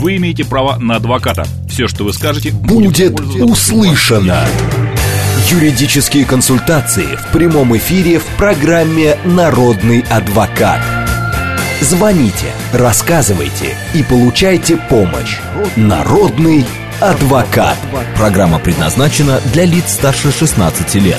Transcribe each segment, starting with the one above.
вы имеете право на адвоката. Все, что вы скажете, будет услышано. Юридические консультации в прямом эфире в программе «Народный адвокат». Звоните, рассказывайте и получайте помощь. «Народный адвокат». Программа предназначена для лиц старше 16 лет.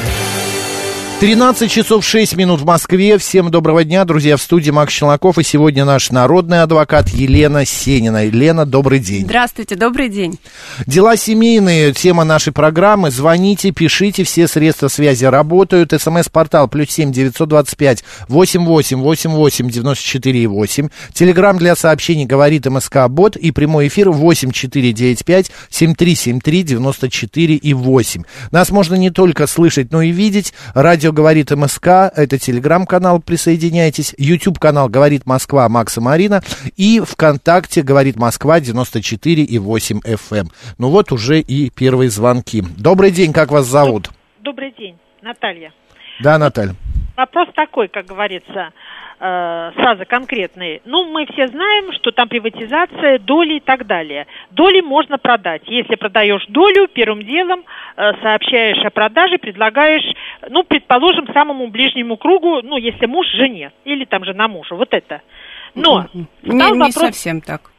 13 часов 6 минут в Москве. Всем доброго дня, друзья, в студии Макс Челноков. И сегодня наш народный адвокат Елена Сенина. Елена, добрый день. Здравствуйте, добрый день. Дела семейные, тема нашей программы. Звоните, пишите, все средства связи работают. СМС-портал +7 925 88 88 94 8. Телеграм для сообщений говорит МСК-бот. И прямой эфир 8495 7373 94 8. Нас можно не только слышать, но и видеть. Радио говорит МСК, это телеграм-канал, присоединяйтесь, YouTube-канал говорит Москва, Макс и Марина, и ВКонтакте говорит Москва 94,8 FM. Ну вот уже и первые звонки. Добрый день, как вас зовут? Добрый день, Наталья. Да, Наталья. Вопрос такой, как говорится, сразу конкретный. Ну, мы все знаем, что там приватизация, доли и так далее. Доли можно продать. Если продаешь долю, первым делом сообщаешь о продаже, предлагаешь, ну, предположим, самому ближнему кругу, ну, если муж жене, или там жена мужу, вот это. Но не совсем так.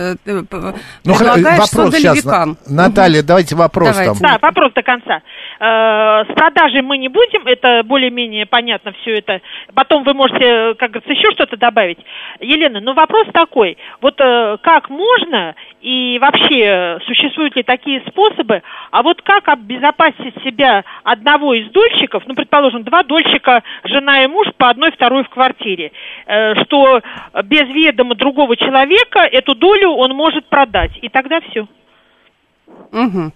Вопрос сейчас, Наталья, давайте вопрос там. Да, вопрос до конца. С продажей мы не будем, это более-менее понятно все это. Потом вы можете, как говорится, еще что-то добавить. Елена, ну вопрос такой, вот как можно и вообще существуют ли такие способы, а вот как обезопасить себя одного из дольщиков, ну, предположим, два дольщика, жена и муж, по одной, второй в квартире, что без ведома другого человека эту долю он может продать, и тогда все. Угу.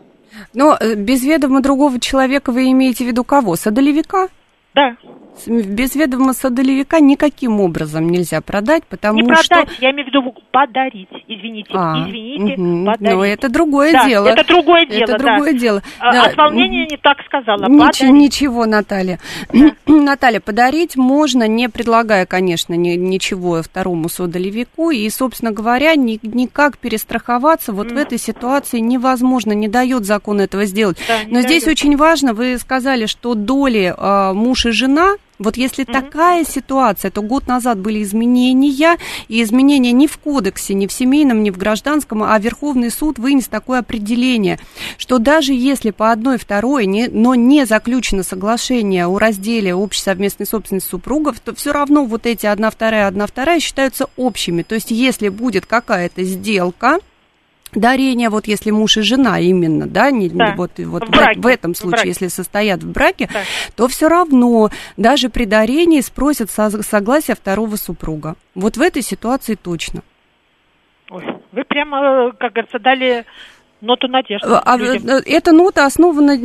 Но без ведома другого человека вы имеете в виду кого? Садолевика? Да. Без ведома садолевика никаким образом нельзя продать, потому что... Не продать, что... я имею в виду подарить, извините, подарить. Но это другое дело. Это другое дело, это другое дело. От волнения не так сказала, Ничего, Наталья. Да. Наталья, подарить можно, не предлагая, конечно, ничего второму садолевику, и, собственно говоря, никак перестраховаться вот в этой ситуации невозможно, не дает закон этого сделать. Да, но здесь дает. Очень важно, вы сказали, что доли муж и жена. Вот если такая ситуация, то год назад были изменения, и изменения не в кодексе, не в семейном, не в гражданском, а Верховный суд вынес такое определение, что даже если по одной, второй, но не заключено соглашение о разделе общей совместной собственности супругов, то все равно вот эти одна вторая считаются общими. То есть если будет какая-то сделка, дарение, вот если муж и жена именно, да, в этом случае, если состоят в браке, да, то все равно даже при дарении спросят согласие второго супруга. Вот в этой ситуации точно. Ой, вы прямо, как говорится, дали ноту надежды. Эта нота основана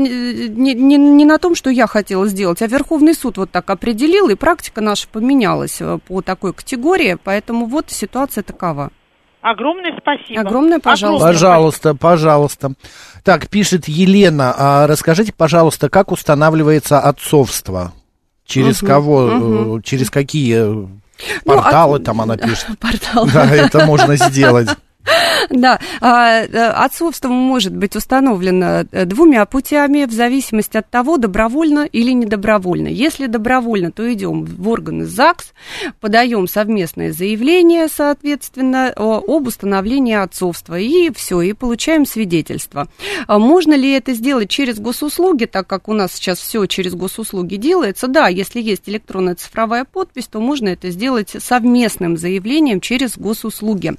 не на том, что я хотела сделать, а Верховный суд вот так определил, и практика наша поменялась по такой категории, поэтому вот ситуация такова. Огромное спасибо. Огромное, пожалуйста. Пожалуйста. Так, пишет Елена, расскажите, пожалуйста, как устанавливается отцовство? Через кого, через какие порталы там она пишет? Да, это можно сделать. Да, отцовство может быть установлено двумя путями, в зависимости от того, добровольно или недобровольно. Если добровольно, то идем в органы ЗАГС, подаем совместное заявление, соответственно, об установлении отцовства, и все, и получаем свидетельство. Можно ли это сделать через госуслуги, так как у нас сейчас все через госуслуги делается? Да, если есть электронная цифровая подпись, то можно это сделать совместным заявлением через госуслуги.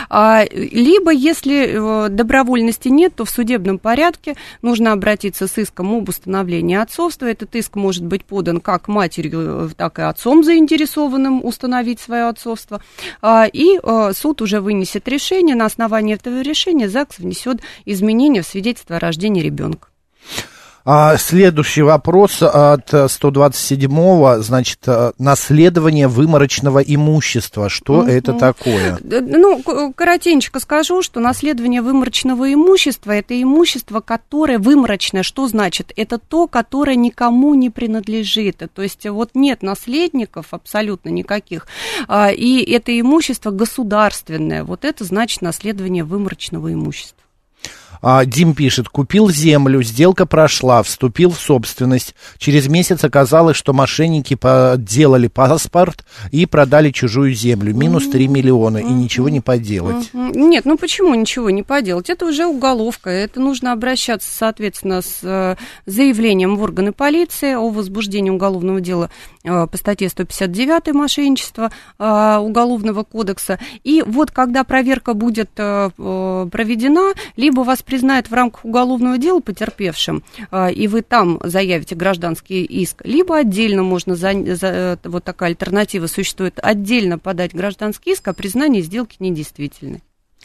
Либо, если добровольности нет, то в судебном порядке нужно обратиться с иском об установлении отцовства. Этот иск может быть подан как матерью, так и отцом заинтересованным установить свое отцовство. И суд уже вынесет решение. На основании этого решения ЗАГС внесет изменения в свидетельство о рождении ребенка. Следующий вопрос от 127-го, значит, наследование выморочного имущества. Что это такое? Ну, коротенько скажу, что наследование выморочного имущества – это имущество, которое выморочное. Что значит? Это то, которое никому не принадлежит. То есть вот нет наследников абсолютно никаких, и это имущество государственное. Вот это значит наследование выморочного имущества. Дим пишет: купил землю, сделка прошла, вступил в собственность. Через месяц оказалось, что мошенники подделали паспорт и продали чужую землю. Минус 3 миллиона, и ничего не поделать. Нет, ну почему ничего не поделать? Это уже уголовка. Это нужно обращаться, соответственно, с заявлением в органы полиции о возбуждении уголовного дела по статье 159 мошенничество Уголовного кодекса. И вот когда проверка будет проведена, либо вас признают в рамках уголовного дела потерпевшим, и вы там заявите гражданский иск, либо отдельно можно, вот такая альтернатива существует, отдельно подать гражданский иск о признании сделки недействительной.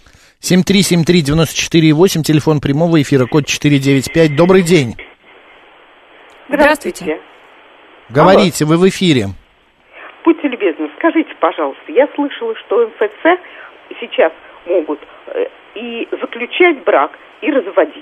7373948, телефон прямого эфира, код 495. Добрый день. Здравствуйте. Говорите, вы в эфире. Будьте любезны, скажите, пожалуйста, я слышала, что МФЦ сейчас могут и заключать брак, и разводить.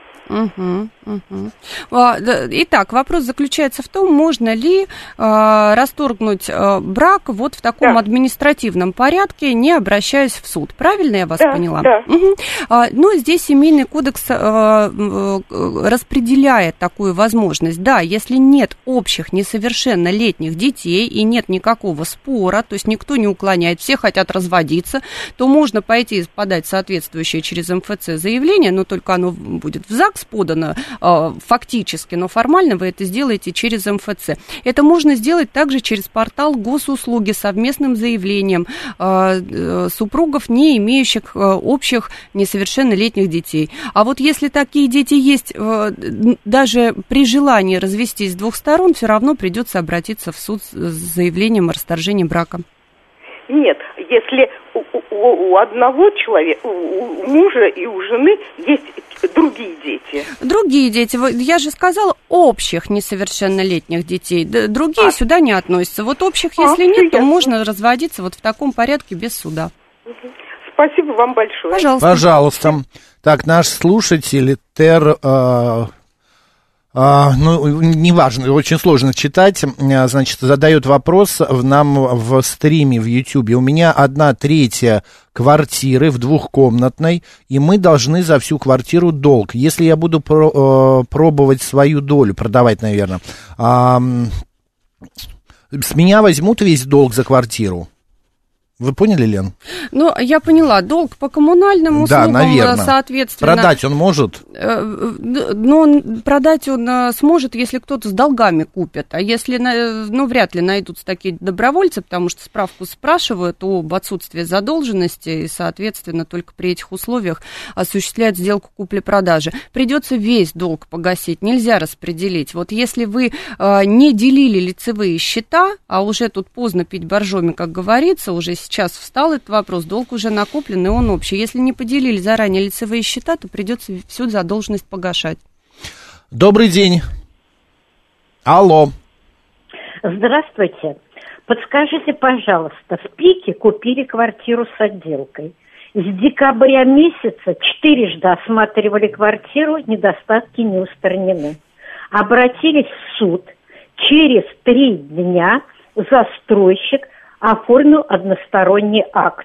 Итак, вопрос заключается в том, можно ли расторгнуть брак вот в таком административном порядке, не обращаясь в суд. Правильно я вас поняла? Да. Но здесь Семейный кодекс распределяет такую возможность. Да, если нет общих несовершеннолетних детей и нет никакого спора, то есть никто не уклоняет, все хотят разводиться, то можно пойти и подать соответствующее через МФЦ заявление, но только оно будет в ЗАГС подано фактически, но формально вы это сделаете через МФЦ. Это можно сделать также через портал госуслуги совместным заявлением супругов, не имеющих общих несовершеннолетних детей. А вот если такие дети есть, даже при желании развестись с двух сторон, все равно придется обратиться в суд с заявлением о расторжении брака. Нет, если у одного человека, у мужа и у жены есть другие дети. Другие дети, я же сказала, общих несовершеннолетних детей. Другие сюда не относятся. Вот общих, если нет, то можно разводиться вот в таком порядке без суда. Спасибо вам большое. Пожалуйста. Так, наш слушатель неважно, очень сложно читать, значит, задает вопрос нам в стриме в Ютьюбе. У меня 1/3 квартиры в двухкомнатной, и мы должны за всю квартиру долг. Если я буду пробовать свою долю, продавать, наверное, с меня возьмут весь долг за квартиру? Вы поняли, Лен? Ну, я поняла. Долг по коммунальным услугам, да, наверное. Соответственно... Продать он может? Но продать он сможет, если кто-то с долгами купит. А если, вряд ли найдутся такие добровольцы, потому что справку спрашивают об отсутствии задолженности, и, соответственно, только при этих условиях осуществляют сделку купли-продажи. Придется весь долг погасить, нельзя распределить. Вот если вы не делили лицевые счета, а уже тут поздно пить боржоми, как говорится, уже сейчас встал этот вопрос, долг уже накоплен, и он общий. Если не поделили заранее лицевые счета, то придется всю задолженность погашать. Добрый день. Алло. Здравствуйте. Подскажите, пожалуйста, в Пике купили квартиру с отделкой. С декабря месяца 4 осматривали квартиру, недостатки не устранены. Обратились в суд. Через 3 дня застройщик оформил односторонний акт,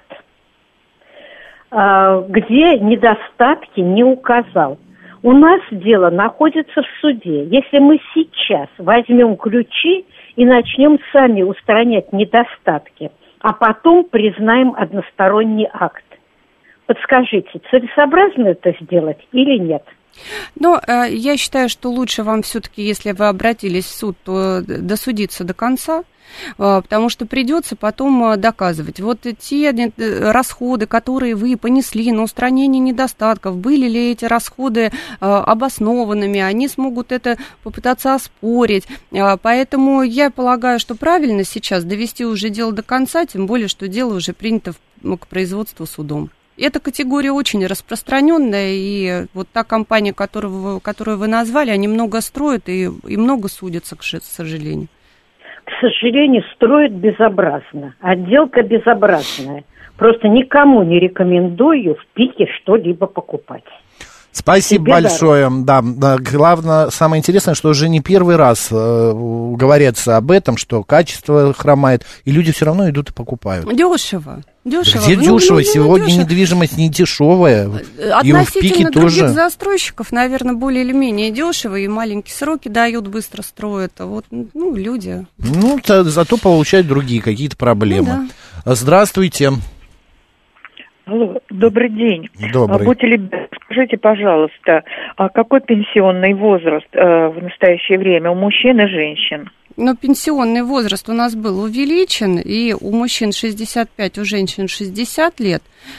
где недостатки не указал. У нас дело находится в суде. Если мы сейчас возьмем ключи и начнем сами устранять недостатки, а потом признаем односторонний акт, подскажите, целесообразно это сделать или нет? Но я считаю, что лучше вам все-таки, если вы обратились в суд, то досудиться до конца, потому что придется потом доказывать. Вот те расходы, которые вы понесли на устранение недостатков, были ли эти расходы обоснованными, они смогут это попытаться оспорить. Поэтому я полагаю, что правильно сейчас довести уже дело до конца, тем более, что дело уже принято к производству судом. Эта категория очень распространенная, и вот та компания, которую вы назвали, они много строят и много судятся, к сожалению. К сожалению, строят безобразно. Отделка безобразная. Просто никому не рекомендую в пике что-либо покупать. Спасибо большое. Да, главное, самое интересное, что уже не первый раз говорится об этом, что качество хромает, и люди все равно идут и покупают. Дешево. Где дешево? Сегодня дешево. Недвижимость не дешевая. Относительно других тоже застройщиков, наверное, более или менее дешево, и маленькие сроки дают, быстро строят. А вот, люди. Зато получают другие какие-то проблемы. Да. Здравствуйте. Алло, добрый день. Добрый. Будьте любезны, скажите, пожалуйста, а какой пенсионный возраст в настоящее время у мужчин и женщин? Пенсионный возраст у нас был увеличен, и у мужчин 65, у женщин 60 лет.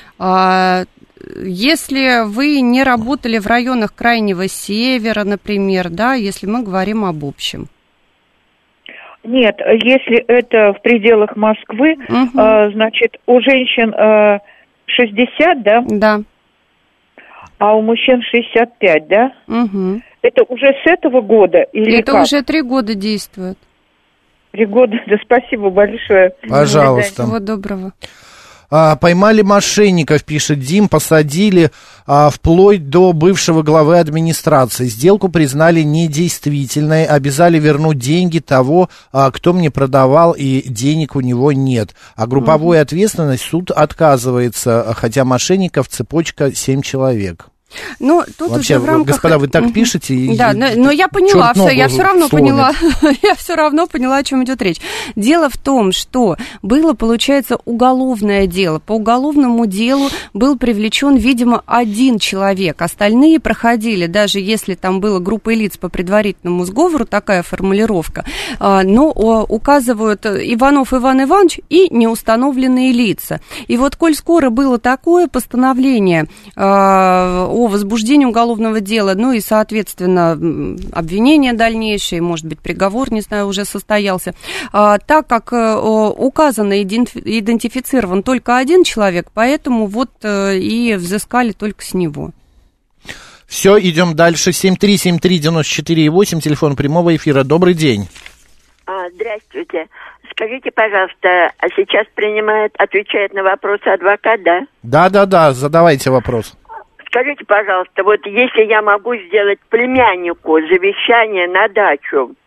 Если вы не работали в районах Крайнего Севера, например, да, если мы говорим об общем. Нет, если это в пределах Москвы, значит, у женщин 60, да? Да. А у мужчин 65, да? Угу. Это уже с этого года или это как? Уже 3 года действует. 3 года, да, спасибо большое. Пожалуйста. Всего доброго. Поймали мошенников, пишет Дим, посадили вплоть до бывшего главы администрации. Сделку признали недействительной, обязали вернуть деньги того, кто мне продавал, и денег у него нет. А групповую ответственность суд отказывается, хотя мошенников цепочка 7 человек. Тут вообще, уже в рамках... господа, вы так пишете? Да, но я поняла, я все равно поняла, о чем идет речь. Дело в том, что было, получается, уголовное дело. По уголовному делу был привлечен, видимо, 1 человек. Остальные проходили, даже если там была группа лиц по предварительному сговору, такая формулировка, но указывают Иванов Иван Иванович и неустановленные лица. И вот, коль скоро было такое постановление о возбуждении уголовного дела, и, соответственно, обвинение дальнейшее, может быть, приговор, не знаю, уже состоялся. Так как указан и идентифицирован только 1 человек, поэтому и взыскали только с него. Все, идем дальше. 7373948, телефон прямого эфира. Добрый день. Здравствуйте. Скажите, пожалуйста, а сейчас отвечает на вопросы адвокат, да? Да, задавайте вопрос. Скажите, пожалуйста, если я могу сделать племяннику завещание на дачу,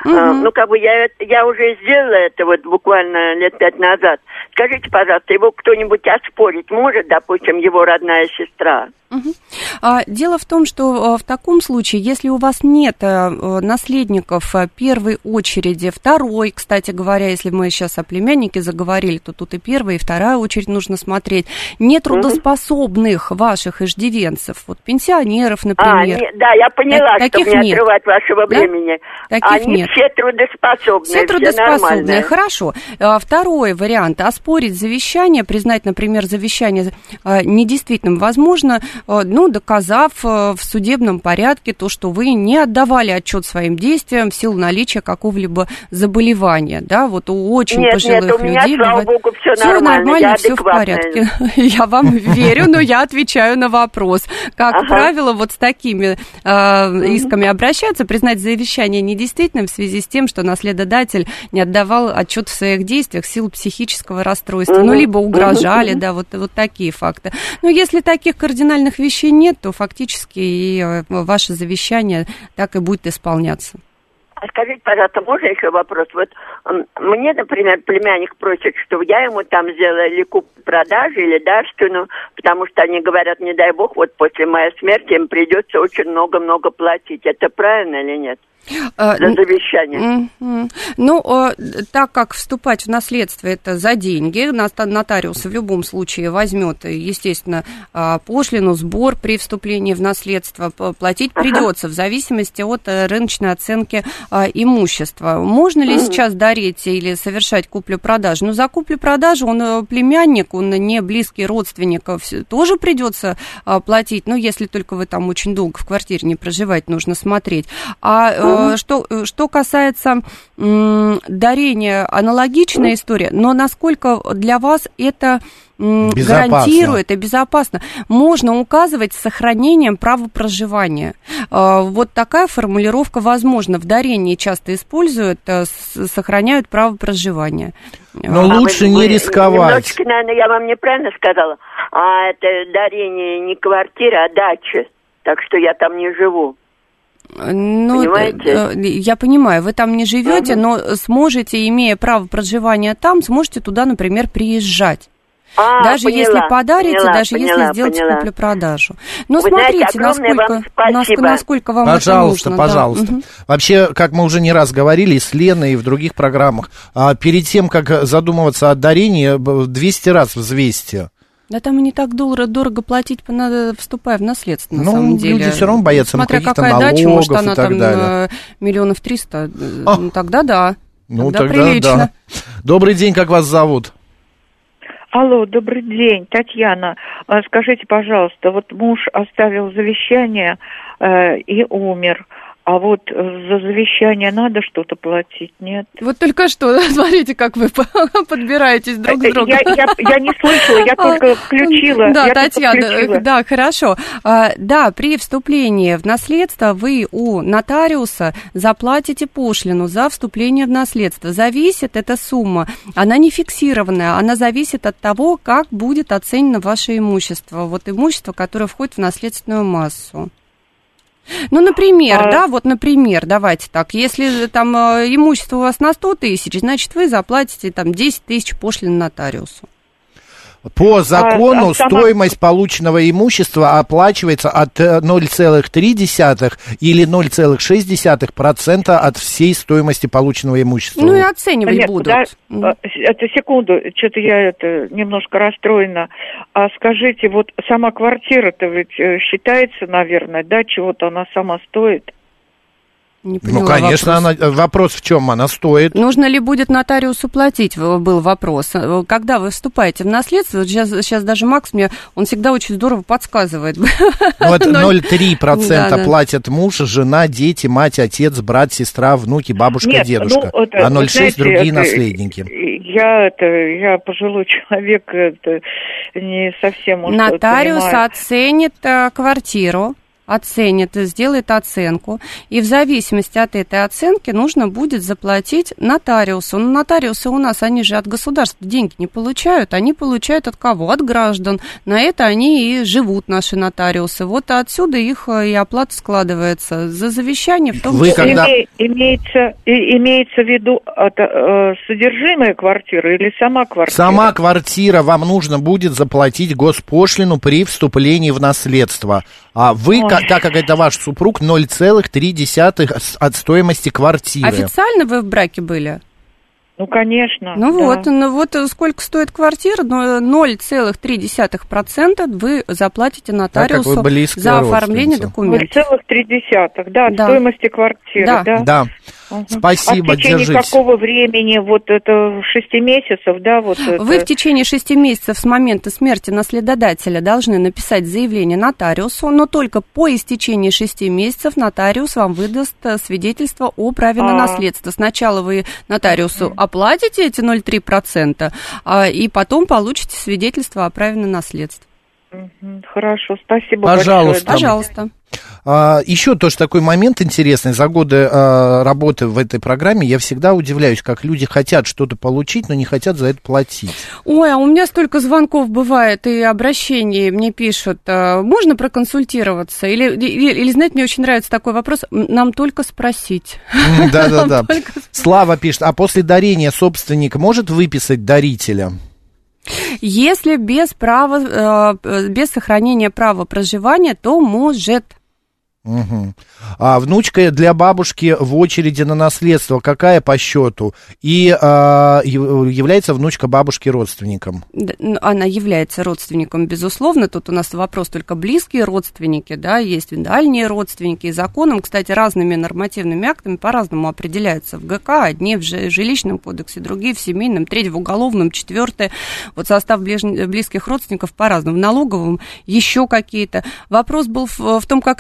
я уже сделала это буквально лет 5 назад. Скажите, пожалуйста, его кто-нибудь оспорить может, допустим, его родная сестра? Дело в том, что в таком случае, если у вас нет наследников первой очереди, второй, кстати говоря, если мы сейчас о племяннике заговорили, то тут и первая, и вторая очередь нужно смотреть, нетрудоспособных ваших иждивенцев, пенсионеров, например. Я поняла, чтобы не отрывать вашего времени. Таких нет. Все трудоспособные, все трудоспособные, хорошо. Второй вариант, оспорить завещание, признать, например, завещание недействительным, возможно, доказав в судебном порядке то, что вы не отдавали отчет своим действиям в силу наличия какого-либо заболевания, у очень пожилых людей. Нет, у меня, слава богу, все нормально, все в порядке. Я вам верю, но я отвечаю на вопрос. Как правило, с такими исками обращаются, признать завещание недействительным в связи с тем, что наследодатель не отдавал отчет в своих действиях в силу психического расстройства, либо угрожали, такие факты. Но если таких кардинальных вещей нет, то фактически и ваше завещание так и будет исполняться. Скажите, пожалуйста, можно еще вопрос? Мне, например, племянник просит, чтобы я ему там сделала или куплю-продажу, или дарственную, потому что они говорят, не дай бог, после моей смерти им придется очень много-много платить. Это правильно или нет? За завещание. Так как вступать в наследство это за деньги, нотариус в любом случае возьмет, естественно, пошлину, сбор при вступлении в наследство, платить придется в зависимости от рыночной оценки имущества. Можно ли сейчас дарить или совершать куплю-продажу? За куплю-продажу он племянник, он не близкий родственник, тоже придется платить, если только вы там очень долго в квартире не проживаете, нужно смотреть. Что касается дарения, аналогичная история, но насколько для вас это гарантирует и безопасно. Можно указывать с сохранением права проживания. Вот такая формулировка возможна. В дарении часто используют, сохраняют право проживания. Но лучше не рисковать. Немножечко, наверное, я вам неправильно сказала. Это дарение не квартиры, а дачи. Так что я там не живу. Ну, я понимаю, вы там не живете, но сможете, имея право проживания там, сможете туда, например, приезжать. Даже если подарите, если сделаете куплю-продажу. Но смотрите, насколько вам это нужно. Пожалуйста. Вообще, как мы уже не раз говорили, и с Леной, и в других программах, перед тем, как задумываться о дарении, 200 раз взвесьте. Да там и не так дорого платить, вступая в наследство, на самом деле. Люди все равно боятся каких-то налогов дача, может, она и так там далее. 1 300 000, тогда да. Тогда прилично. Да. Добрый день, как вас зовут? Алло, добрый день, Татьяна. Скажите, пожалуйста, вот муж оставил завещание и умер. А вот за завещание надо что-то платить, нет? Вот только что, смотрите, как вы подбираетесь друг к другу. Я не слышала, я только включила. Да, Татьяна, да, хорошо. Да, при вступлении в наследство вы у нотариуса заплатите пошлину за вступление в наследство. Зависит эта сумма, она не фиксированная, она зависит от того, как будет оценено ваше имущество. Вот имущество, которое входит в наследственную массу. Ну, например, давайте так, если там имущество у вас на 100 000, значит, вы заплатите там 10 000 пошлин нотариусу. По закону стоимость полученного имущества оплачивается от 0,3 или 0,6% от всей стоимости полученного имущества. Ну и оценивать будут. Это секунду, что-то я немножко расстроена. А скажите, вот сама квартира-то ведь считается, наверное, да, чего-то она сама стоит? Не поняла, конечно, вопрос в чем она стоит. Нужно ли будет нотариусу платить, был вопрос. Когда вы вступаете в наследство, сейчас даже Макс он всегда очень здорово подсказывает. Вот 0,3% платят муж, жена, дети, мать, отец, брат, сестра, внуки, бабушка, дедушка. А 0,6% другие наследники. Я пожилой человек, не совсем... Нотариус оценит квартиру. Сделает оценку, и в зависимости от этой оценки нужно будет заплатить нотариусу. Но нотариусы у нас, они же от государства деньги не получают, они получают от кого? От граждан. На это они и живут, наши нотариусы. Вот отсюда их и оплата складывается. За завещание в том числе... Имеется в виду содержимое квартиры или сама квартира? Сама квартира, вам нужно будет заплатить госпошлину при вступлении в наследство. А вы, так как это ваш супруг, 0,3 от стоимости квартиры. Официально вы в браке были? Ну, конечно. Вот сколько стоит квартира, 0,3% вы заплатите нотариусу за оформление документов. 0,3, да, от стоимости квартиры, да. Спасибо, в течение держитесь. какого времени, вот это 6 месяцев, да? Вы в течение 6 месяцев с момента смерти наследодателя должны написать заявление нотариусу, но только по истечении 6 месяцев нотариус вам выдаст свидетельство о праве на наследство. Сначала вы нотариусу оплатите эти 0,3%, и потом получите свидетельство о праве на наследство. Хорошо, спасибо большое. Пожалуйста. Еще тоже такой момент интересный. За годы работы в этой программе я всегда удивляюсь, как люди хотят что-то получить, но не хотят за это платить. Ой, а у меня столько звонков бывает и обращений мне пишут. Можно проконсультироваться? Или знаете, мне очень нравится такой вопрос. Нам только спросить. Да. Слава пишет, а после дарения собственник может выписать дарителя? Если без сохранения права проживания, то может. Угу. А внучка для бабушки в очереди на наследство какая по счету? И является внучка бабушки родственником? Она является родственником, безусловно. Тут у нас вопрос только близкие родственники, да, есть дальние родственники. И законом, кстати, разными нормативными актами по-разному определяются в ГК. Одни в жилищном кодексе, другие в семейном, третьи в уголовном, четвертые. Вот состав близких родственников по-разному. В налоговом еще какие-то. Вопрос был в том, какая очередь. Второй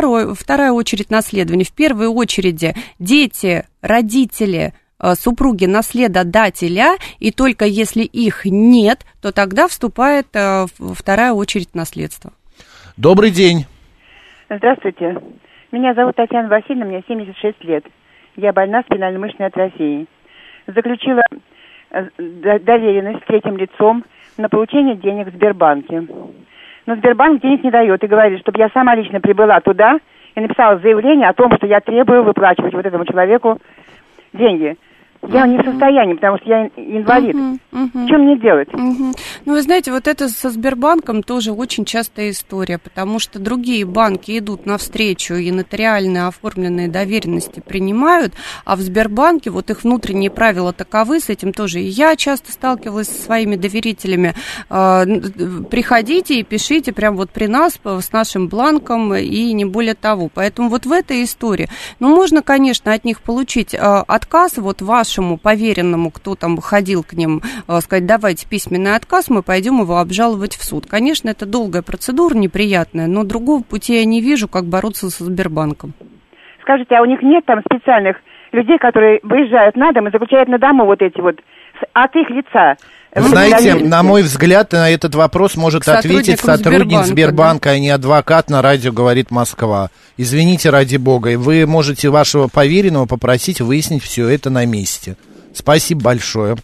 вторая очередь наследования. В первой очереди дети, родители, супруги наследодателя, и только если их нет, то тогда вступает вторая очередь наследства. Добрый день. Здравствуйте. Меня зовут Татьяна Васильевна, мне 76 лет. Я больна спинально-мышечной атрофией. Заключила доверенность с третьим лицом на получение денег в Сбербанке. Но Сбербанк денег не дает и говорит, чтобы я сама лично прибыла туда и написала заявление о том, что я требую выплачивать вот этому человеку деньги. Я не в состоянии, потому что я инвалид. Что мне делать? Ну, вы знаете, вот это со Сбербанком тоже очень частая история, потому что другие банки идут навстречу и нотариально оформленные доверенности принимают, а в Сбербанке вот их внутренние правила таковы, с этим тоже и я часто сталкивалась со своими доверителями. Приходите и пишите прямо вот при нас, с нашим бланком, и не более того. Поэтому вот в этой истории, ну, можно, конечно, от них получить отказ, вот вашему поверенному, кто там ходил к ним, сказать, давайте письменный отказ, мы пойдем его обжаловать в суд. Конечно, это долгая процедура, неприятная, но другого пути я не вижу, как бороться со Сбербанком. Скажите, а у них нет там специальных людей, которые выезжают на дом и заключают на дому вот эти вот от их лица? Знаете, на мой взгляд, на этот вопрос может ответить сотрудник Сбербанка, а не адвокат на радио «Говорит Москва». Извините, ради бога, вы можете вашего поверенного попросить выяснить все это на месте. Спасибо большое.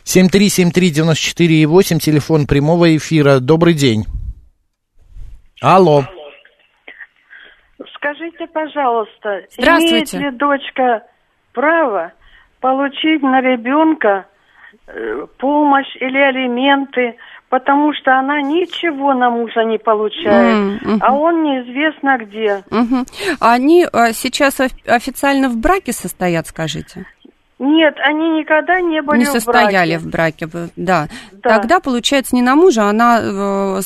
7373948, телефон прямого эфира. Добрый день. Алло. Скажите, пожалуйста, имеет ли дочка право получить на ребенка помощь или алименты, потому что она ничего на мужа не получает, а он неизвестно где. Они сейчас официально в браке состоят, скажите? Нет, они никогда не были не состояли в браке, да. Тогда, получается, не на мужа, а на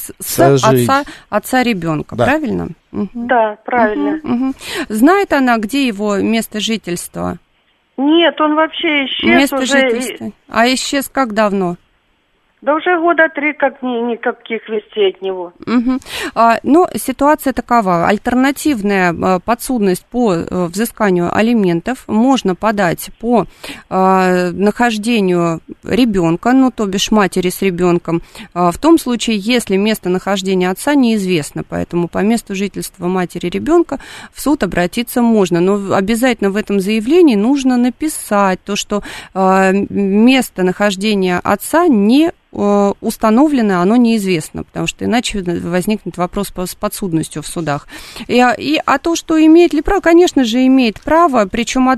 отца ребенка, да. Правильно? Да, правильно. Знает она, где его место жительства? Нет, он вообще исчез место уже. Жительства. А исчез как давно? Да уже 3 года, как никаких вестей от него. Но ситуация такова. Альтернативная подсудность по взысканию алиментов можно подать по нахождению ребенка, ну, то бишь матери с ребенком, в том случае, если местонахождение отца неизвестно. Поэтому по месту жительства матери ребенка в суд обратиться можно. Но обязательно в этом заявлении нужно написать то, что местонахождение отца не установлено, оно неизвестно, потому что иначе возникнет вопрос с подсудностью в судах. А то, что имеет ли право, конечно же, имеет право, причем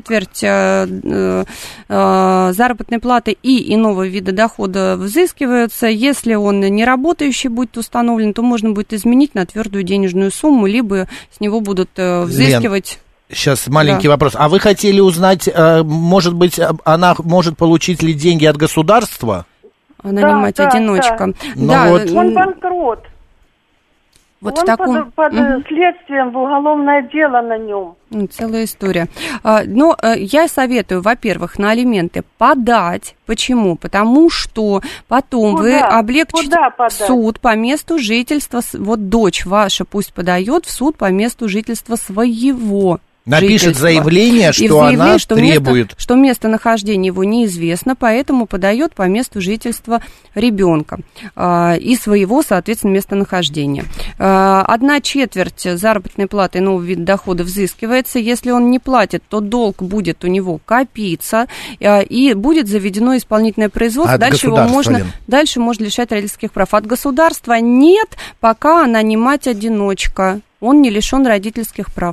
1/4 заработной платы и иного вида дохода взыскиваются. Если он не работающий будет установлен, то можно будет изменить на твердую денежную сумму, либо с него будут взыскивать... Сейчас маленький вопрос. А вы хотели узнать, может быть, она может получить ли деньги от государства? Она не мать-одиночка. Да. Вот. Он банкрот. Вот он в таком... под следствием, в уголовное дело на нем. Целая история. Но я советую, во-первых, на алименты подать. Почему? Потому что потом вы облегчите суд по месту жительства. Вот дочь ваша пусть подает в суд по месту жительства своего. Напишет заявление, что она требует. Что местонахождение его неизвестно, поэтому подает по месту жительства ребенка и своего, соответственно, местонахождения. 1/4 заработной платы и нового вида дохода взыскивается. Если он не платит, то долг будет у него копиться, и будет заведено исполнительное производство. Дальше можно лишать родительских прав. От государства нет, пока она не мать-одиночка. Он не лишен родительских прав.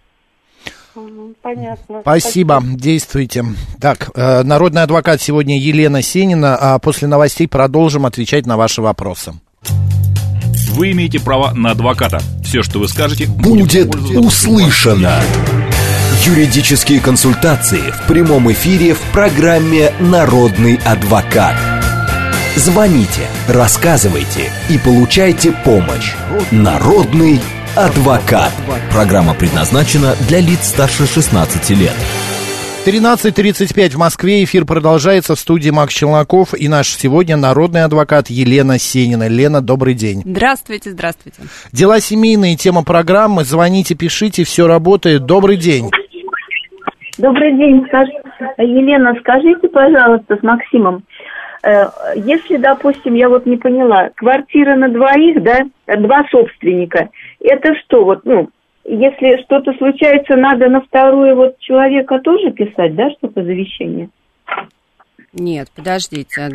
Понятно. Спасибо. Действуйте. Так, народный адвокат сегодня Елена Сенина, а после новостей продолжим отвечать на ваши вопросы. Вы имеете право на адвоката. Все, что вы скажете, будет услышано. Юридические консультации в прямом эфире в программе «Народный адвокат». Звоните, рассказывайте и получайте помощь. Народный адвокат. Программа предназначена для лиц старше 16 лет. 13:35 в Москве. Эфир продолжается. В студии Макс Челноков и наш сегодня народный адвокат Елена Сенина. Лена, добрый день. Здравствуйте, здравствуйте. Дела семейные, тема программы. Звоните, пишите, все работает. Добрый день. Добрый день. Елена, скажите, пожалуйста, с Максимом, если, допустим, я вот не поняла, квартира на двоих, да, 2 собственника, это что, вот, ну, если что-то случается, надо на вторую вот человека тоже писать, да, что-то завещание? Нет, подождите,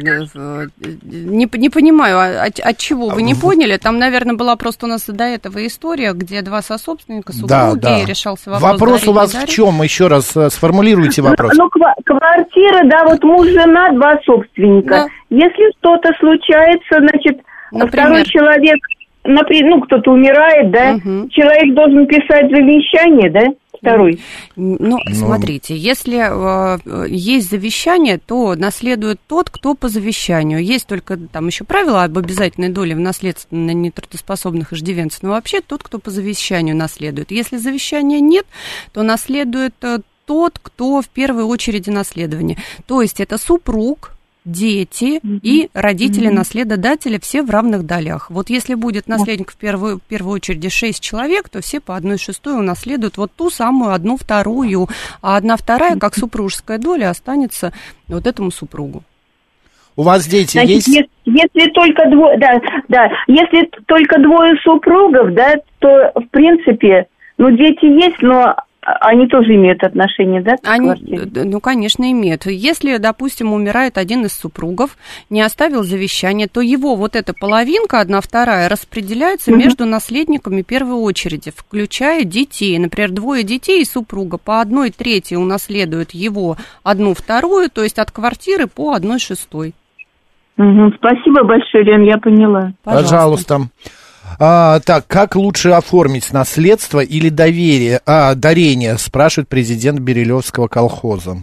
не понимаю, от чего вы не поняли? Там, наверное, была просто у нас до этого история, где 2 сособственника, супруги, и решался вопрос. Вопрос у вас в чем? Еще раз сформулируйте вопрос. Ну, квартира, да, вот муж, жена, 2 собственника. Да. Если что-то случается, значит, второй человек, например, ну, кто-то умирает, да, человек должен писать завещание, да? Второй. Ну, смотрите, если есть завещание, то наследует тот, кто по завещанию. Есть только там еще правило об обязательной доле в наследстве нетрудоспособных иждивенцев, но вообще тот, кто по завещанию наследует. Если завещания нет, то наследует тот, кто в первой очереди наследования. То есть это супруг, дети и родители наследодателя, все в равных долях. Вот если будет наследник в первую очередь 6 человек, то все по 1/6 унаследуют вот ту самую 1/2, а 1/2, как супружеская доля, останется вот этому супругу. У вас дети значит, есть? Если только если только 2 супругов, да, то в принципе, ну, дети есть, но они тоже имеют отношение, да, к квартире? Ну, конечно, имеют. Если, допустим, умирает один из супругов, не оставил завещание, то его вот эта половинка, 1/2, распределяется между наследниками первой очереди, включая детей. Например, 2 детей и супруга по 1/3 унаследуют его 1/2, то есть от квартиры по 1/6. Спасибо большое, Лен, я поняла. Пожалуйста. Так, как лучше оформить наследство или дарение, спрашивает президент Берилевского колхоза.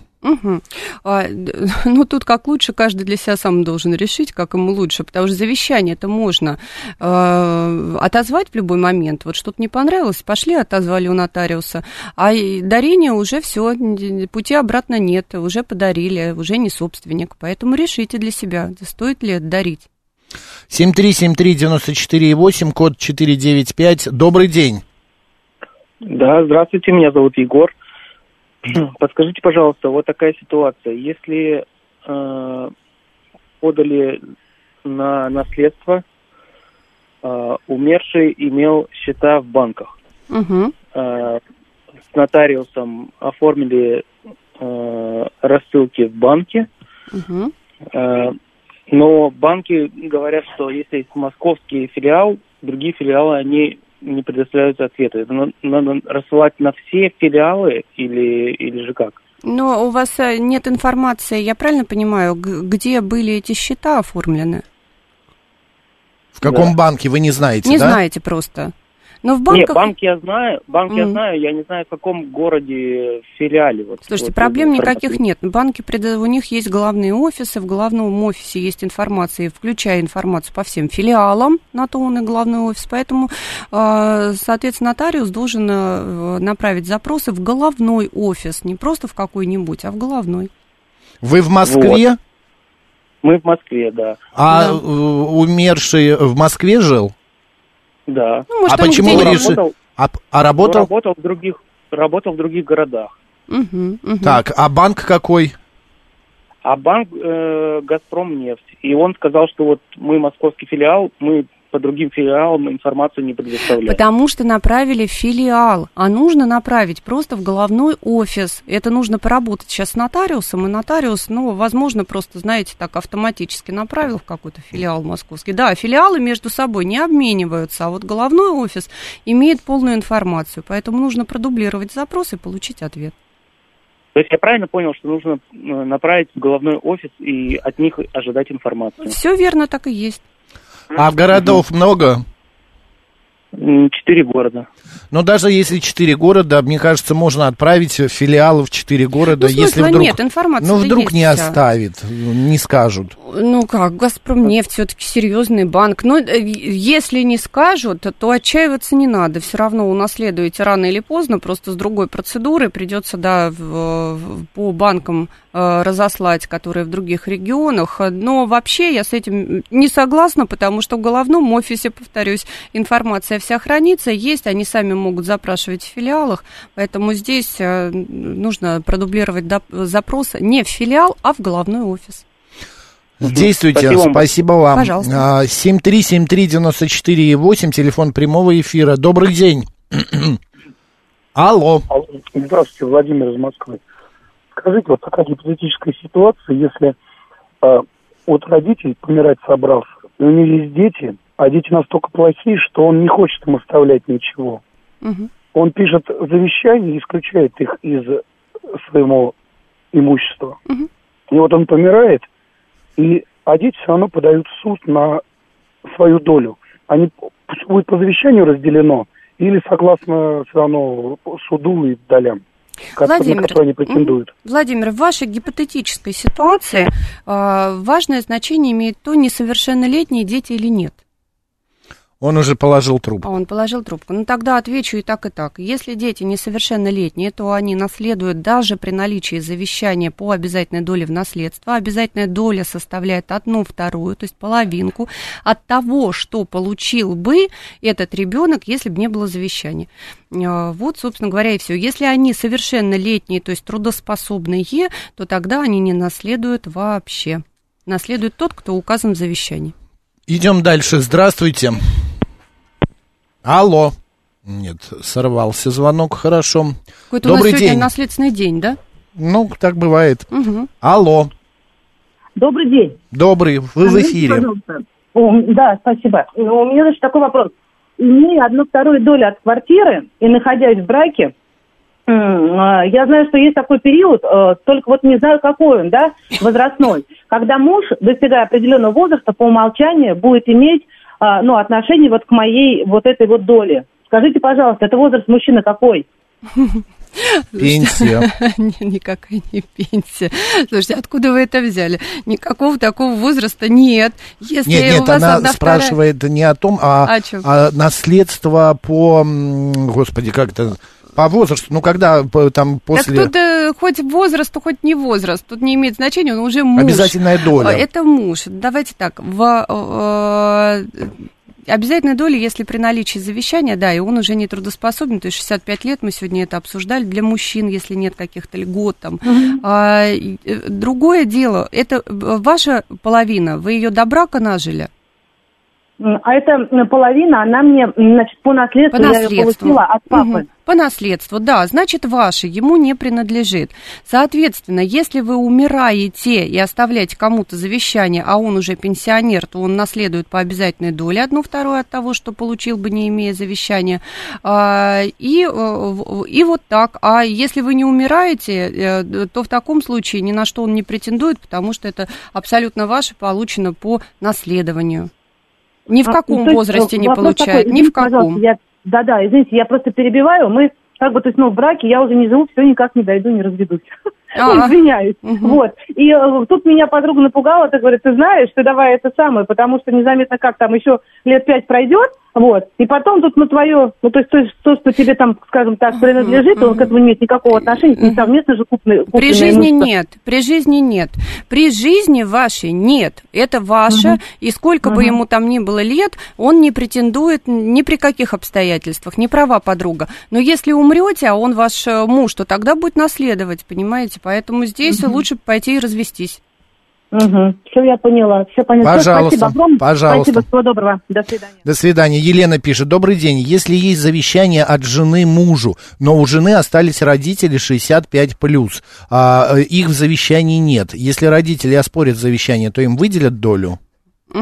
Ну, тут как лучше, каждый для себя сам должен решить, как ему лучше, потому что завещание это можно отозвать в любой момент. Вот что-то не понравилось, пошли, отозвали у нотариуса, а дарение уже все, пути обратно нет, уже подарили, уже не собственник, поэтому решите для себя, стоит ли дарить. 7373948, код 495. Добрый день. Да, здравствуйте, меня зовут Егор. Подскажите, пожалуйста, вот такая ситуация. Если подали на наследство, умерший имел счета в банках. С нотариусом оформили рассылки в банке. Но банки говорят, что если есть московский филиал, другие филиалы, они не предоставляют ответы. Надо рассылать на все филиалы или же как? Но у вас нет информации, я правильно понимаю, где были эти счета оформлены? В каком банке, вы не знаете, не знаете просто. Но в банках... Нет, банк я знаю, я не знаю, в каком городе, филиале. Слушайте, проблем никаких нет. Банки, у них есть главные офисы, в главном офисе есть информация, включая информацию по всем филиалам, на то он и главный офис, поэтому, соответственно, нотариус должен направить запросы в головной офис, не просто в какой-нибудь, а в головной. Вы в Москве? Вот. Мы в Москве, да. А умерший в Москве жил? Да. Ну, может, почему вы решили? Работал? Работал в других городах. Так, а банк какой? А банк «Газпромнефть». И он сказал, что вот мы московский филиал, мы по другим филиалам информацию не предоставляем. Потому что направили в филиал, а нужно направить просто в головной офис. Это нужно поработать сейчас с нотариусом, и нотариус, возможно, просто, знаете, так автоматически направил в какой-то филиал московский. Да, филиалы между собой не обмениваются, а вот головной офис имеет полную информацию, поэтому нужно продублировать запрос и получить ответ. То есть я правильно понял, что нужно направить в головной офис и от них ожидать информацию? Все верно, так и есть. А городов много? 4 города. Но даже если 4 города, мне кажется, можно отправить филиалы в 4 города, ну, если вдруг... нет, информация ну, вдруг есть не вся. оставит, не скажут. Ну как, «Газпромнефть» все-таки серьезный банк. Но если не скажут, то отчаиваться не надо. Все равно унаследуете рано или поздно, просто с другой процедурой придется, да, по банкам разослать, которые в других регионах. Но вообще я с этим не согласна, потому что в головном офисе, повторюсь, информация вся хранится, есть, они сами могут запрашивать в филиалах, поэтому здесь нужно продублировать запрос не в филиал, а в головной офис. Действуйте, спасибо вам. Пожалуйста. 7373948, телефон прямого эфира. Добрый день. Алло. Здравствуйте, Владимир из Москвы. Скажите, вот такая гипотетическая ситуация, если вот родитель помирать собрался, и у него есть дети, а дети настолько плохие, что он не хочет им оставлять ничего. Угу. Он пишет завещание и исключает их из своего имущества. Угу. И вот он помирает, а дети все равно подают в суд на свою долю. Они будет по завещанию разделено или согласно все равно суду и долям, на которые они претендуют. Владимир, в вашей гипотетической ситуации важное значение имеет то, несовершеннолетние дети или нет. Он уже положил трубку. Он положил трубку. Ну, тогда отвечу и так, и так. Если дети несовершеннолетние, то они наследуют даже при наличии завещания по обязательной доле в наследство. Обязательная доля составляет 1/2, то есть половинку от того, что получил бы этот ребенок, если бы не было завещания. Вот, собственно говоря, и все. Если они совершеннолетние, то есть трудоспособные, то тогда они не наследуют вообще. Наследует тот, кто указан в завещании. Идем дальше. Здравствуйте. Алло. Нет, сорвался звонок, хорошо. Какой-то Добрый у нас сегодня день. наследственный день, да? Ну, так бывает. Угу. Алло. Добрый день. Добрый, вы в эфире. Да, спасибо. У меня, значит, такой вопрос. Имея 1/2 долю от квартиры и находясь в браке, я знаю, что есть такой период, только вот не знаю, какой он, да, возрастной, когда муж, достигая определенного возраста, по умолчанию будет иметь, отношение вот к моей вот этой вот доле. Скажите, пожалуйста, это возраст мужчины какой? Пенсия. Никакая не пенсия. Слушайте, откуда вы это взяли? Никакого такого возраста нет. Если Нет, у вас она спрашивает не о том, а наследство по, господи, как это... По возрасту, ну когда там после... Так тут хоть возраст, хоть не возраст, тут не имеет значения, он уже муж. Обязательная доля. Это муж. Давайте так, обязательная доля, если при наличии завещания, да, и он уже не трудоспособен, то есть 65 лет, мы сегодня это обсуждали, для мужчин, если нет каких-то льгот там. Другое дело, это ваша половина, вы ее до брака нажили? А эта половина, она мне, значит, по наследству, я ее получила от папы. Угу. По наследству, да, значит, ваша, ему не принадлежит. Соответственно, если вы умираете и оставляете кому-то завещание, а он уже пенсионер, то он наследует по обязательной доле 1/2 от того, что получил бы, не имея завещания. И вот так. А если вы не умираете, то в таком случае ни на что он не претендует, потому что это абсолютно ваше, получено по наследованию. Ни в каком возрасте не получает, ни в каком. Да, извините, я просто перебиваю. Мы как бы, то есть, в браке я уже не живу, все никак не дойду, не разведусь. Извиняюсь. Вот. И тут меня подруга напугала, так говорит, ты знаешь, ты давай это самое, потому что незаметно как там еще лет 5 пройдет, вот, и потом тут на твое, то есть то, что тебе там, скажем так, принадлежит, он к этому не имеет никакого отношения, не совместно же купленное. При жизни нет. При жизни вашей нет. Это ваше, и сколько бы ему там ни было лет, он не претендует ни при каких обстоятельствах, не права подруга. Но если умрете, а он ваш муж, то тогда будет наследовать, понимаете? Поэтому здесь лучше пойти и развестись. Все, я поняла. Все понятно. Пожалуйста, пожалуйста. Спасибо, всего доброго. До свидания. До свидания. Елена пишет. Добрый день. Если есть завещание от жены мужу, но у жены остались родители 65+, а их в завещании нет. Если родители оспорят завещание, то им выделят долю?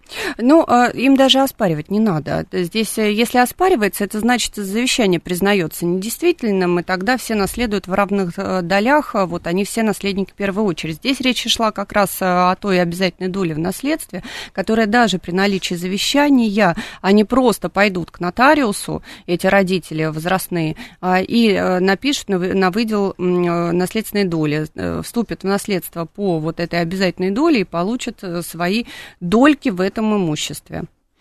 Ну, им даже оспаривать не надо. Здесь, если оспаривается, это значит, завещание признается недействительным, и тогда все наследуют в равных долях, вот они все наследники в первую очередь. Здесь речь шла как раз о той обязательной доле в наследстве, которая даже при наличии завещания, они просто пойдут к нотариусу, эти родители возрастные, и напишут на выдел наследственной доли, вступят в наследство по вот этой обязательной доле и получат свои дольки в этом имуществе.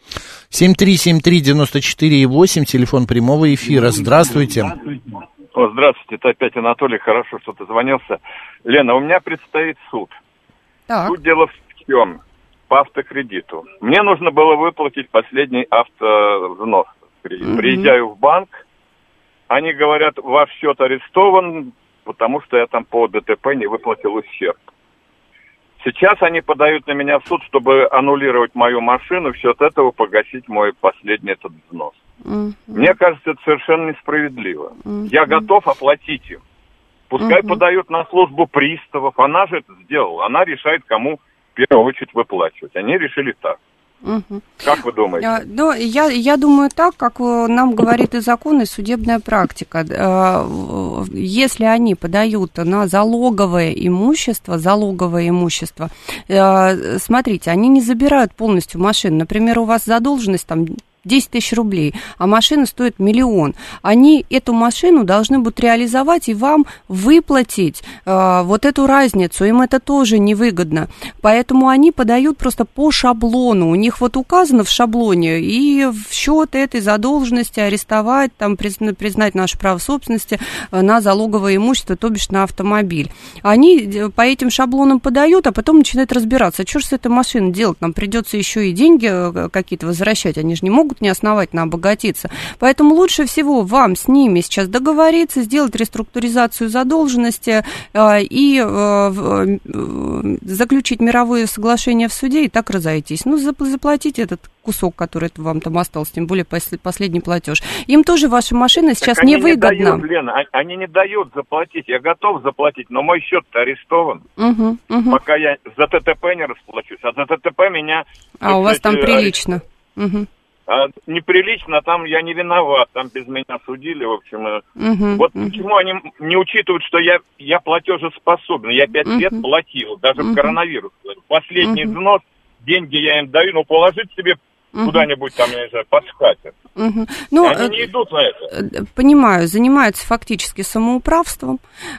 7373948, телефон прямого эфира. Здравствуйте. Здравствуйте, это опять Анатолий, хорошо, что ты звонился. Лена, у меня предстоит суд. Так. Суть дела в чем? По автокредиту. Мне нужно было выплатить последний автовзнос. Приезжаю в банк, они говорят, ваш счет арестован, потому что я там по ДТП не выплатил ущерб. Сейчас они подают на меня в суд, чтобы аннулировать мою машину, и в счет этого погасить мой последний этот взнос. Мне кажется, это совершенно несправедливо. Я готов оплатить им. Пускай подают на службу приставов. Она же это сделала. Она решает, кому в первую очередь выплачивать. Они решили так. Как вы думаете? Ну, я думаю так, как нам говорит и закон, и судебная практика. Если они подают на залоговое имущество, смотрите, они не забирают полностью машину. Например, у вас задолженность там 10 тысяч рублей, а машина стоит 1 миллион. Они эту машину должны будут реализовать и вам выплатить вот эту разницу. Им это тоже невыгодно. Поэтому они подают просто по шаблону. У них вот указано в шаблоне и в счет этой задолженности арестовать, там, признать наше право собственности на залоговое имущество, то бишь на автомобиль. Они по этим шаблонам подают, а потом начинают разбираться, что же с этой машиной делать. Нам придется еще и деньги какие-то возвращать. Они же не могут неосновательно обогатиться. Поэтому лучше всего вам с ними сейчас договориться, сделать реструктуризацию задолженности и заключить мировое соглашение в суде и так разойтись. Ну, заплатить этот кусок, который вам там остался, тем более последний платеж. Им тоже ваша машина сейчас так невыгодна. Они не дают, Лена, они не дают заплатить. Я готов заплатить, но мой счет-то арестован. Пока я за ТТП не расплачусь. А за ТТП меня... А у вас там прилично. Неприлично, там я не виноват, там без меня судили, в общем. Вот почему они не учитывают, что я платежеспособен, я 5 лет платил, даже в коронавирус. Последний взнос, деньги я им даю, но положить себе куда-нибудь там, я не знаю, под скатерть. Ну, они не идут на это. Понимаю, занимаются фактически самоуправством,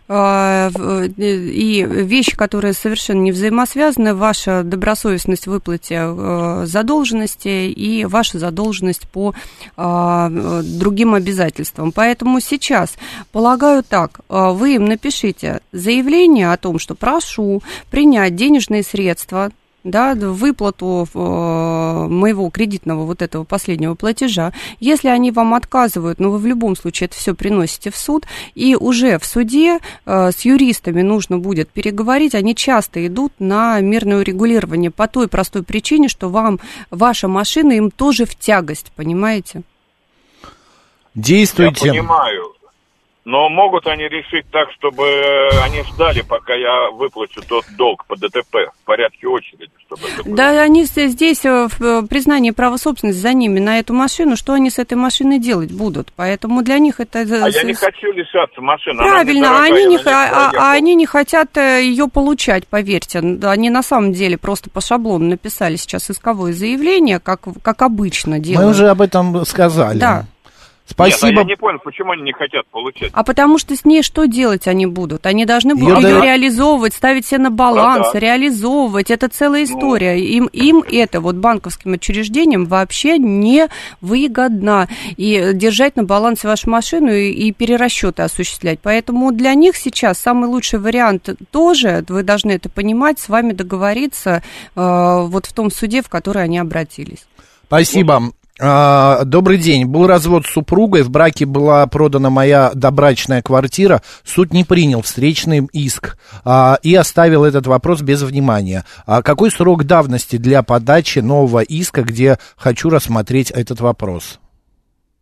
и вещи, которые совершенно не взаимосвязаны, ваша добросовестность в выплате задолженности и ваша задолженность по другим обязательствам. Поэтому сейчас, полагаю так, вы им напишите заявление о том, что прошу принять денежные средства, да, выплату моего кредитного вот этого последнего платежа. Если они вам отказывают, но вы в любом случае это все приносите в суд, и уже в суде с юристами нужно будет переговорить, они часто идут на мирное урегулирование по той простой причине, что вам ваша машина им тоже в тягость, понимаете? Действуйте. Я понимаю. Но могут они решить так, чтобы они ждали, пока я выплачу тот долг по ДТП в порядке очереди? Да, они здесь в признании права собственности за ними на эту машину, что они с этой машиной делать будут? Поэтому для них это... А я не хочу лишаться машины. Правильно, они не хотят ее получать, поверьте. Они на самом деле просто по шаблону написали сейчас исковое заявление, как обычно делают. Мы уже об этом сказали. Да. Спасибо. Нет, я не понял, почему они не хотят получать. А потому что с ней что делать они будут? Они должны будут ее реализовывать, ставить себе на баланс, реализовывать. Это целая история. Им это вот банковским учреждениям вообще не выгодно. И держать на балансе вашу машину и перерасчеты осуществлять. Поэтому для них сейчас самый лучший вариант тоже, вы должны это понимать, с вами договориться вот в том суде, в который они обратились. Спасибо. Добрый день. Был развод с супругой, в браке была продана моя добрачная квартира, суд не принял встречный иск и оставил этот вопрос без внимания. Какой срок давности для подачи нового иска, где хочу рассмотреть этот вопрос?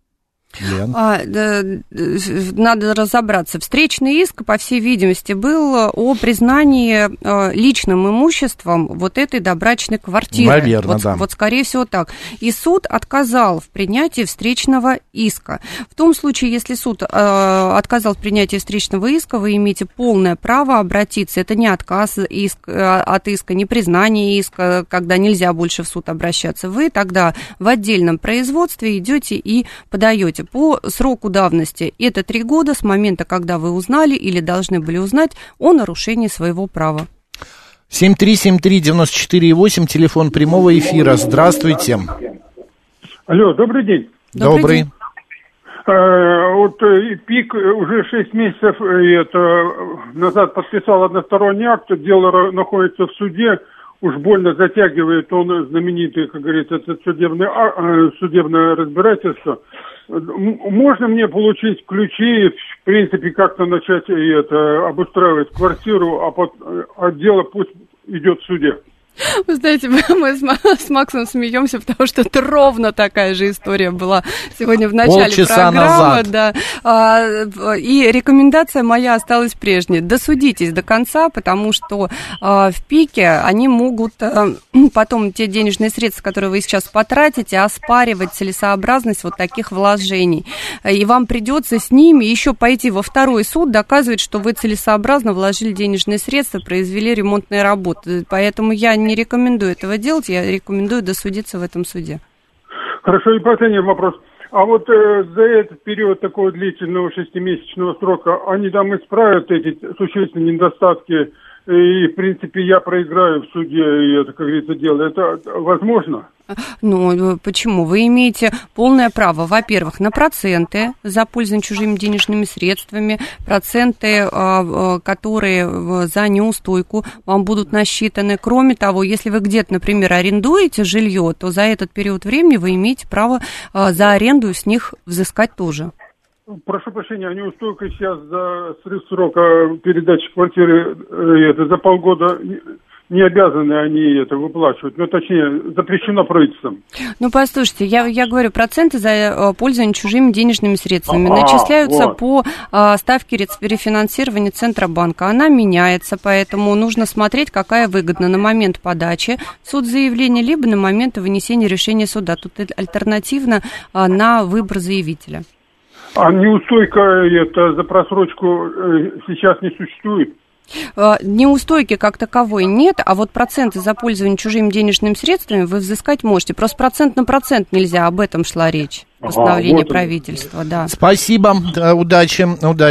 Надо разобраться. Встречный иск, по всей видимости, был о признании личным имуществом вот этой добрачной квартиры. Наверное, да. Вот, скорее всего, так. И суд отказал в принятии встречного иска. В том случае, если суд отказал в принятии встречного иска, вы имеете полное право обратиться. Это не отказ от иска, не признание иска, когда нельзя больше в суд обращаться. Вы тогда в отдельном производстве идете и подаете. По сроку давности это 3 года с момента, когда вы узнали или должны были узнать о нарушении своего права. 7373948, телефон прямого эфира. Здравствуйте. Алло, добрый день. Добрый. Вот ПИК уже 6 месяцев назад подписал односторонний акт, дело находится в суде. Уж больно затягивает он знаменитый, как говорится, это судебное разбирательство. Можно мне получить ключи, в принципе, как-то начать обустраивать квартиру, а дело пусть идет в суде? Вы знаете, мы с Максом смеемся, потому что это ровно такая же история была сегодня в начале программы. Да. И рекомендация моя осталась прежней. Досудитесь до конца, потому что в ПИКе они могут потом те денежные средства, которые вы сейчас потратите, оспаривать целесообразность вот таких вложений. И вам придется с ними еще пойти во второй суд, доказывать, что вы целесообразно вложили денежные средства, произвели ремонтные работы. Поэтому я не рекомендую этого делать, я рекомендую досудиться в этом суде. Хорошо, и последний вопрос. А вот за этот период такого длительного 6-месячного срока они там исправят эти существенные недостатки, и, в принципе, я проиграю в суде, и это, как говорится, дело. Это возможно? Ну, почему? Вы имеете полное право, во-первых, на проценты за пользование чужими денежными средствами, проценты, которые за неустойку вам будут насчитаны. Кроме того, если вы где-то, например, арендуете жилье, то за этот период времени вы имеете право за аренду с них взыскать тоже. Прошу прощения, а неустойка сейчас за срыв срока передачи квартиры за полгода не обязаны они это выплачивать, ну, точнее, запрещено правительством. Ну, послушайте, я говорю, проценты за пользование чужими денежными средствами начисляются по ставке рефинансирования Центробанка. Она меняется, поэтому нужно смотреть, какая выгодна на момент подачи суд заявления, либо на момент вынесения решения суда. Тут альтернативно на выбор заявителя. А неустойка это за просрочку сейчас не существует? Неустойки как таковой нет, а вот проценты за пользование чужими денежными средствами вы взыскать можете. Просто процент на процент нельзя, об этом шла речь. Постановление правительства, да. Спасибо, удачи.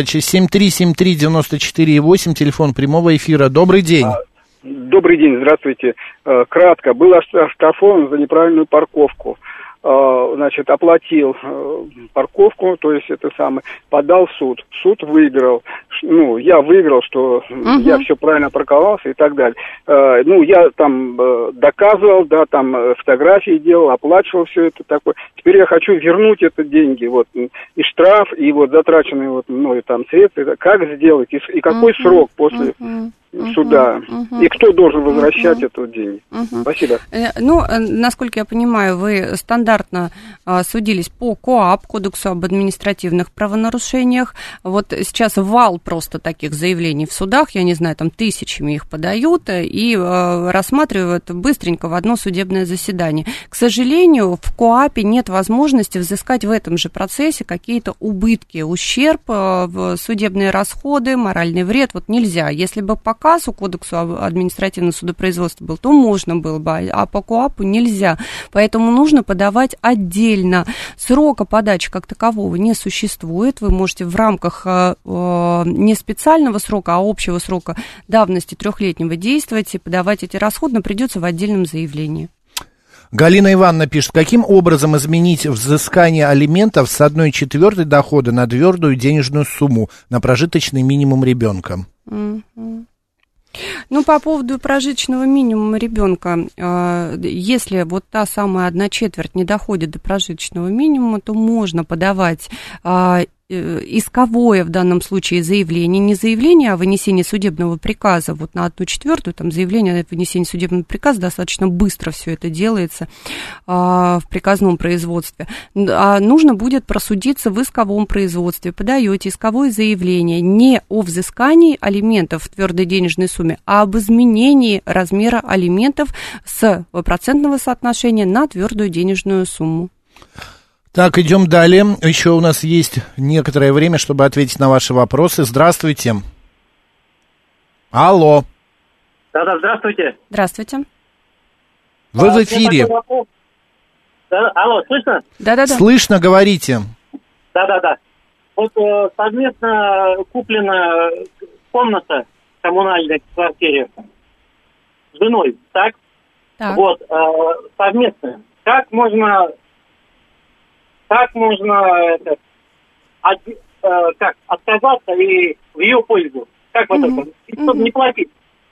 7373948, телефон прямого эфира. Добрый день. Добрый день, здравствуйте. Кратко, был оштрафован за неправильную парковку. Значит, оплатил парковку, то есть это самое, подал в суд. Суд выиграл. Ну, я выиграл, что я все правильно парковался и так далее. Ну, я там доказывал, да, там фотографии делал, оплачивал все это такое. Теперь я хочу вернуть это деньги, вот, и штраф, и вот затраченные вот мною там средства. Как сделать, и какой срок после суда, и кто должен возвращать эту деньги? Спасибо. Ну, насколько я понимаю, вы стандартно судились по КоАП, Кодексу об административных правонарушениях. Вот сейчас вал просто таких заявлений в судах, я не знаю, там тысячами их подают и рассматривают быстренько в одно судебное заседание. К сожалению, в КоАПе нет возможности взыскать в этом же процессе какие-то убытки, ущерб, судебные расходы, моральный вред, вот нельзя. Если бы по КАСу, Кодексу административного судопроизводства был, то можно было бы, а по КоАПу нельзя. Поэтому нужно подавать отдельно. Срока подачи как такового не существует. Вы можете в рамках не специального срока, а общего срока давности 3-летнего действовать и подавать эти расходы, но придется в отдельном заявлении. Галина Ивановна пишет, каким образом изменить взыскание алиментов с 1/4 дохода на твердую денежную сумму на прожиточный минимум ребенка? Ну, по поводу прожиточного минимума ребенка, если вот та самая 1/4 не доходит до прожиточного минимума, то можно подавать исковое в данном случае заявление, не заявление о вынесении судебного приказа, вот на 1/4, там заявление о вынесении судебного приказа, достаточно быстро все это делается в приказном производстве, а нужно будет просудиться в исковом производстве. Подаете исковое заявление не о взыскании алиментов в твердой денежной сумме, а об изменении размера алиментов с процентного соотношения на твердую денежную сумму. Так, идем далее. Еще у нас есть некоторое время, чтобы ответить на ваши вопросы. Здравствуйте. Алло. Да, здравствуйте. Здравствуйте. Вы в эфире. Алло, слышно? Да. Слышно, говорите. Да. Вот совместно куплена комната коммунальной в квартире с женой, так? Вот, совместно. Как можно отказаться и в ее пользу? Как в этом? Чтобы не платить?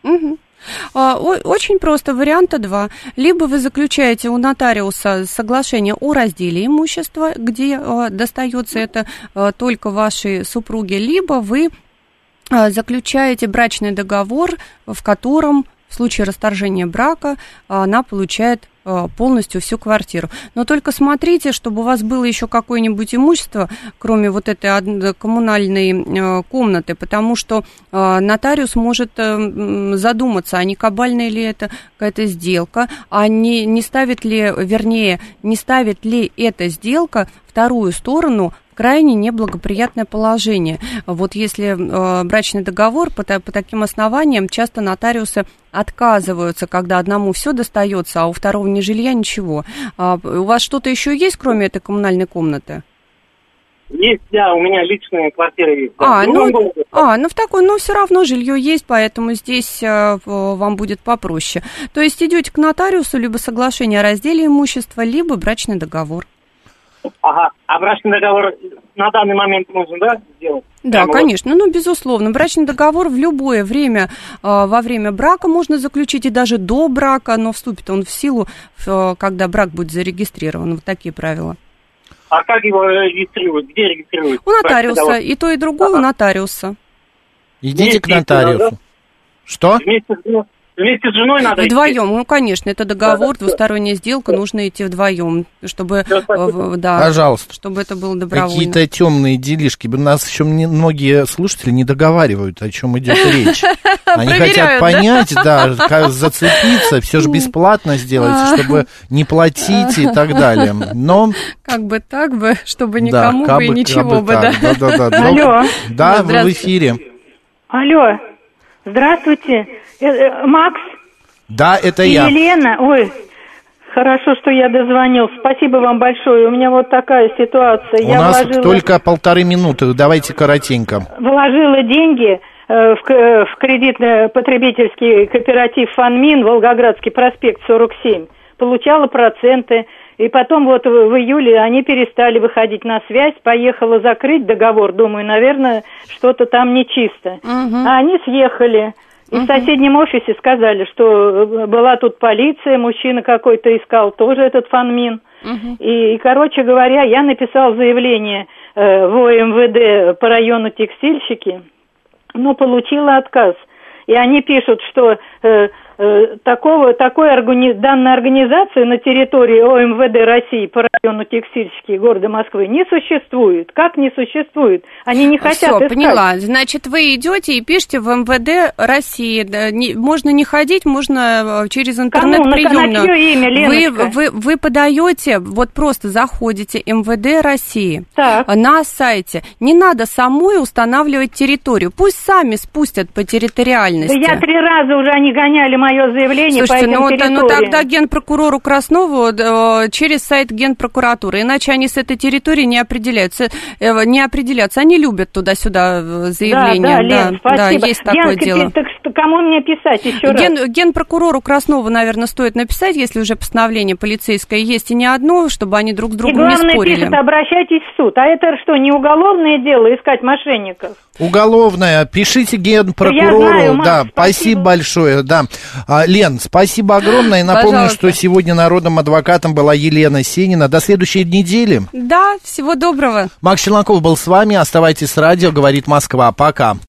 Очень просто, варианта 2. Либо вы заключаете у нотариуса соглашение о разделе имущества, где достается это только вашей супруге, либо вы заключаете брачный договор, в котором в случае расторжения брака она получает полностью всю квартиру. Но только смотрите, чтобы у вас было еще какое-нибудь имущество, кроме вот этой коммунальной комнаты, потому что нотариус может задуматься, а не кабальная ли это какая-то сделка, а не ставит ли эта сделка вторую сторону крайне неблагоприятное положение. Вот если брачный договор по таким основаниям, часто нотариусы отказываются, когда одному все достается, а у второго ни жилья, ничего. У вас что-то еще есть, кроме этой коммунальной комнаты? Есть, да, у меня личная квартира есть. Все равно жилье есть, поэтому здесь вам будет попроще. То есть идете к нотариусу, либо соглашение о разделе имущества, либо брачный договор. Ага, а брачный договор на данный момент можно, да, сделать? Да, конечно, безусловно. Брачный договор в любое время, во время брака можно заключить, и даже до брака, но вступит он в силу, когда брак будет зарегистрирован. Вот такие правила. А как его регистрируют? Где регистрируют? У нотариуса, и то, и другое у нотариуса. Идите к нотариусу. Да? Что? Вместе с женой надо вдвоем, конечно, это договор, двусторонняя сделка, нужно идти вдвоем, чтобы, пожалуйста, чтобы это было добровольно. Какие-то темные делишки. У нас еще многие слушатели не договаривают, о чем идет речь. Они хотят понять, как зацепиться, все же бесплатно сделать, чтобы не платить и так далее. Но как бы так бы, чтобы никому бы и ничего бы, да. Алло. Да, вы в эфире. Алло. Здравствуйте, Макс? Да, это я. Елена, хорошо, что я дозвонился. Спасибо вам большое. У меня вот такая ситуация. У нас только 1,5 минуты, давайте коротенько. Вложила деньги в кредитно-потребительский кооператив «Фанмин», Волгоградский проспект, 47. Получала проценты. И потом вот в июле они перестали выходить на связь, поехала закрыть договор, думаю, наверное, что-то там нечисто. А они съехали. И в соседнем офисе сказали, что была тут полиция, мужчина какой-то искал тоже этот Фанмин. И, короче говоря, я написал заявление в ОМВД по району Текстильщики, но получила отказ. И они пишут, что данной организации на территории ОМВД России по району Текстильщики города Москвы не существует. Как не существует? Они не хотят искать. Поняла. Значит, вы идете и пишете в МВД России. Можно не ходить, можно через интернет-приемную. На чье имя, Леночка? Вы подаете, вот просто заходите МВД России на сайте. Не надо самой устанавливать территорию. Пусть сами спустят по территориальности. Да я 3 раза уже они гоняли мое заявление. Слушайте, по этим территориям. Ну тогда генпрокурору Краснову через сайт Генпрокуратуры, иначе они с этой территории не определяются. Они любят туда-сюда заявления. Да, Лен, спасибо. Да, есть такое дело. Так что кому мне писать еще раз? Генпрокурору Краснову, наверное, стоит написать, если уже постановление полицейское есть, и не одно, чтобы они друг с другом не спорили. И главное, пишет, обращайтесь в суд. А это что, не уголовное дело искать мошенников? Уголовное. Пишите Генпрокурору. Я знаю, Макс, спасибо большое. Да. Лен, спасибо огромное. И напомню, что сегодня народным адвокатом была Елена Сенина. До следующей недели. Да, всего доброго. Макс Челноков был с вами. Оставайтесь с радио, говорит Москва. Пока.